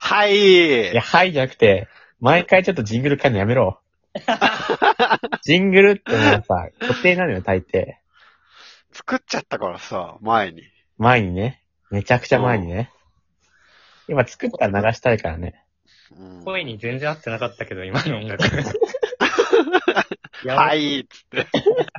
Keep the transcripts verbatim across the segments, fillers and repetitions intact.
はいいや、はいじゃなくて、毎回ちょっとジングル変えるのやめろ。ジングルってもうさ、固定なのよ、大抵。 作っちゃったからさ、前に。 前にね。めちゃくちゃ前にね。今作ったら流したいからね。 うん、 声に全然合ってなかったけど、今の音楽。やばはいっつって。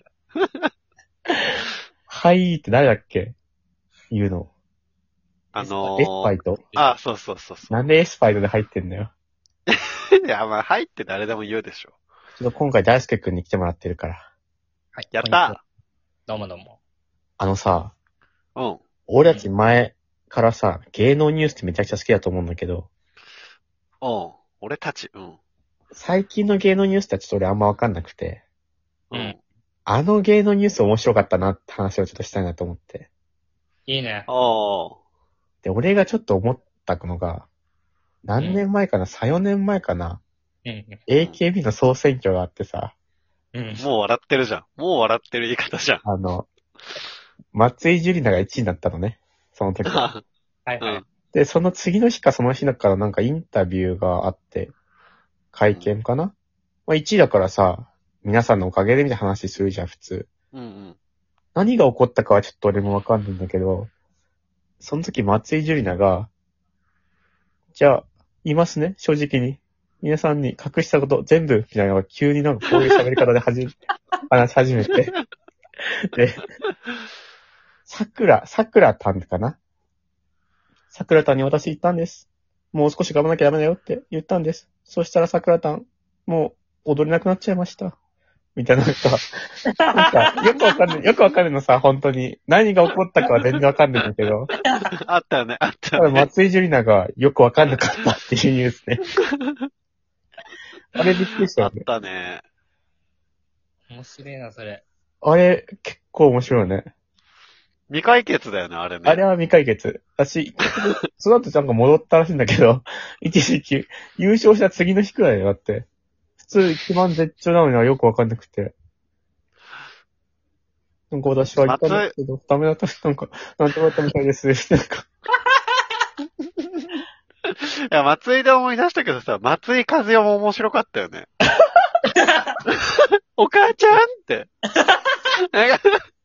はいって誰だっけ言うの。 あのエスパイー、 トあ、そうそうそうそなんでエスパイトで入ってんだよ。 う。いや、まあ、はいって誰でも言うでしょ。 ちょっと今回大輔くんに来てもらってるから。 はい。 やっこんにちはたどうもどうも。 あのさ、 うん。 俺たち前からさ、芸能ニュースってめちゃくちゃ好きだと思うんだけど、 うん。俺たち、うん。 最近の芸能ニュースってちょっと俺あんまわかんなくて、 うん。 うんあの芸能ニュース面白かったなって話をちょっとしたいなと思って。 いいね。 ああ。 で、俺がちょっと思ったのが、何年前かな、さん、よねんまえかな、 うん。 エーケービー の総選挙があってさ、 うん。うん。 もう笑ってるじゃん。もう笑ってる言い方じゃん。 あの、松井樹里奈がいちいになったのね、その時。 はいはい。 うん。 で、その次の日かその日だからなんかインタビューがあって、会見かな、まあいちいだからさ、皆さんのおかげでみたいな話するじゃん、普通。 うんうん。 何が起こったかはちょっと俺もわかんないんだけど、その時松井樹里奈が、じゃあ、言いますね、正直に。皆さんに隠したこと全部、みたいなのが急になんかこういう喋り方で始め、話し始めて。で、桜、桜たんかな桜たんに私言ったんです。もう少し頑張らなきゃダメだよって言ったんです。そしたら桜たん、もう踊れなくなっちゃいました。みたいななんか、なんか、よくわかんない、よくわかるのさ、本当に。何が起こったかは全然わかんないんだけど、 あったよね、あったただよね。 松井樹里奈がよくわかんなかったっていうニュースね。あれびっくりしたあっよね。 たね。 面白いな、それ。 あれ、結構面白いよね。 未解決だよね、あれね。 あれは未解決。私、その後なんか戻ったらしいんだけど、一時期、優勝した次の日くらいだよだって。普通一番絶頂なのにはよくわかんなくて。なんか私は言ったんですけど、ダメだった、なんか、なんとかだったみたいです。なんか、 いや、松井で思い出したけどさ、松井和代も面白かったよね。お母ちゃんって。なんか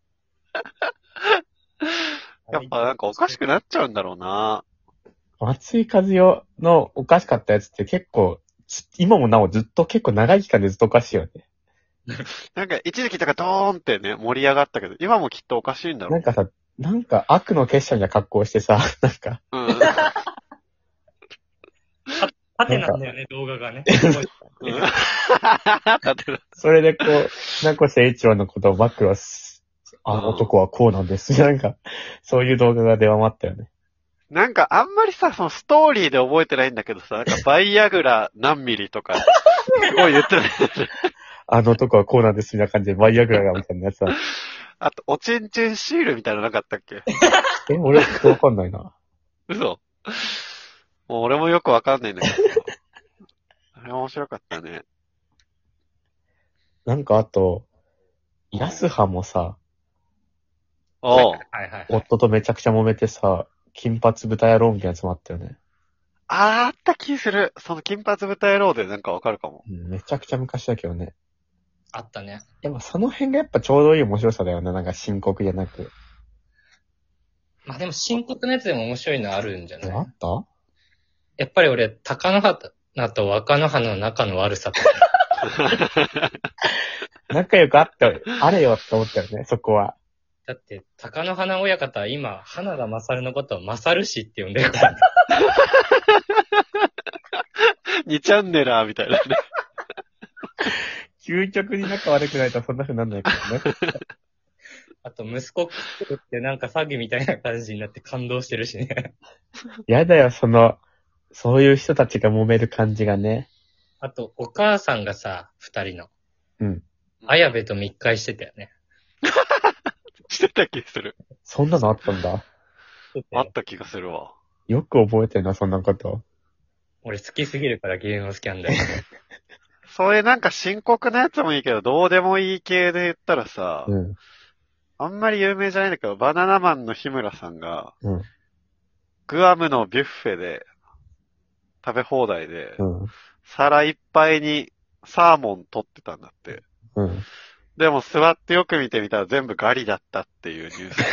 やっぱなんかおかしくなっちゃうんだろうな。 松井和代のおかしかったやつって結構、つ今もなおずっと結構長い期間でずっとおかしいよね。 なんか一時期とかドーンってね、盛り上がったけど、今もきっとおかしいんだろうんね。 なかさ、なんか悪の結社みたいな格好してさ、なんか、 うん。 縦なんだよね、動画がね。 うん。だってそれでこう、名越英一郎のことを暴露す、あの男はこうなんです。なんか、そういう動画が出回ったよね。 なんかあんまりさ、そのストーリーで覚えてないんだけどさ、なんかバイアグラ何ミリとか、すごい言ってない。 あの男はこうなんですみたいな感じで、バイアグラがみたいなやつだ。 あと、おちんちんシールみたいなのなかったっけ？ え、俺ちょっとわかんないな。 嘘。もう俺もよくわかんないんだけどさ。あれ面白かったね。 なんかあと、ヤスハもさ、 おう。 はいはい。 夫とめちゃくちゃ揉めてさ、金髪豚野郎みたいなやつもあったよね。 あー、あった気する。その金髪豚野郎でなんかわかるかも。 うん、めちゃくちゃ昔だけどね。 あったね。 でもその辺がやっぱちょうどいい面白さだよね。なんか深刻じゃなく。 まあでも深刻なやつでも面白いのあるんじゃえ、 ない？ あったやっぱり俺、鷹の花と若の花の仲の悪さとか。 仲良くあった、あれよって思ったよね、そこは。 だって、鷹の花親方は今、花田勝のことを勝氏って呼んでるからね。 にチャンネラーみたいなね。 究極に仲悪くないとそんな風になんないからね。 あと、息子ってなんか詐欺みたいな感じになって感動してるしね。 やだよ、その、そういう人たちが揉める感じがね。 あと、お母さんがさ、二人の。 うん。 綾部と密会してたよね。 してた気する。 そんなのあったんだ。 あった気がするわ。 よく覚えてるな、そんなこと。 俺好きすぎるから芸能スキャンダル。 そういうなんか深刻なやつもいいけど、どうでもいい系で言ったらさ、 うん。 あんまり有名じゃないんだけど、バナナマンの日村さんが、 うん。 グアムのビュッフェで、 食べ放題で、 うん。 皿いっぱいにサーモン取ってたんだって。 うん。 でも座ってよく見てみたら全部ガリだったっていうニュース。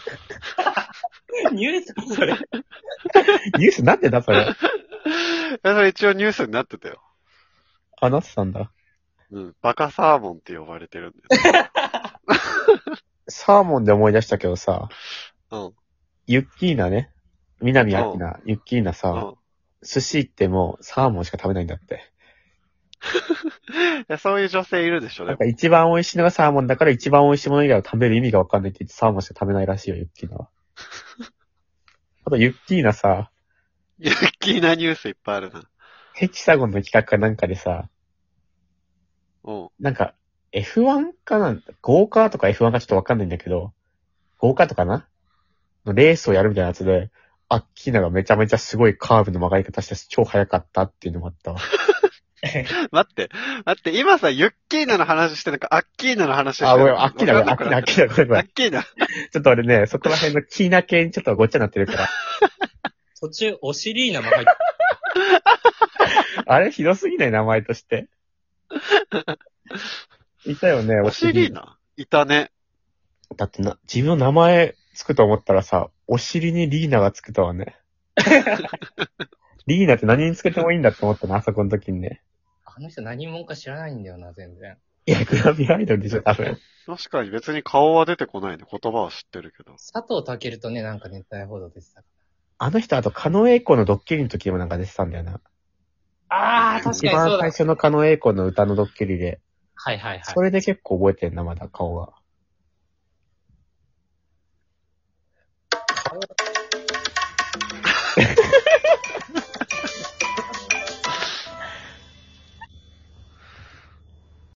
ニュースそれ。 ニュースなんでだ、それ。 それ一応ニュースになってたよ。 あ、なってたんだ。 うん。バカサーモンって呼ばれてるんですよ。 サーモンで思い出したけどさ、 うん。 ユッキーナね。南明菜、ユッキーナうさ、 ん。 寿司行ってもサーモンしか食べないんだって。 いやそういう女性いるでしょ、でもなんか。一番美味しいのがサーモンだから一番美味しいもの以外を食べる意味がわかんないって言ってサーモンしか食べないらしいよ、ユッキーナは。あとユッキーナさ、 ユッキーなニュースいっぱいあるな。 ヘキサゴンの企画かなんかでさ、 うん。 なんか エフワン かなんだ、ゴーカーとか エフワン かちょっとわかんないんだけど、ゴーカーとかなのレースをやるみたいなやつで、アッキーナがめちゃめちゃすごいカーブの曲がり方して超速かったっていうのもあったわ。 待って、待って、今さ、ユッキーナの話してるのか、アッキーナの話してるあ、 のか。 ごめん、アッキーナ、アッキーナ、アッキーナ、ごめんごめん。 アッキーナ。 ちょっと俺ね、そこら辺のキーナ系にちょっとごっちゃになってるから。 途中、オシリーナも入ってあれひどすぎない名前として。いたよね、 オシリーナいたね。 だってな、自分の名前つくと思ったらさ、お尻にリーナがつくとはね。リーナって何につけてもいいんだって思ったの、あそこの時にね。 あの人何者か知らないんだよな、全然。 いや、グラビアアイドルでしょ、多分。 確かに別に顔は出てこないね。言葉は知ってるけど。 佐藤健とね、なんか熱帯報道出てた。 あの人、あと、狩野英孝のドッキリの時にもなんか出てたんだよな。 ああ、確一かにそうだ。 番最初の狩野英孝の歌のドッキリで。 はいはいはい。 それで結構覚えてんな、まだ顔が。 顔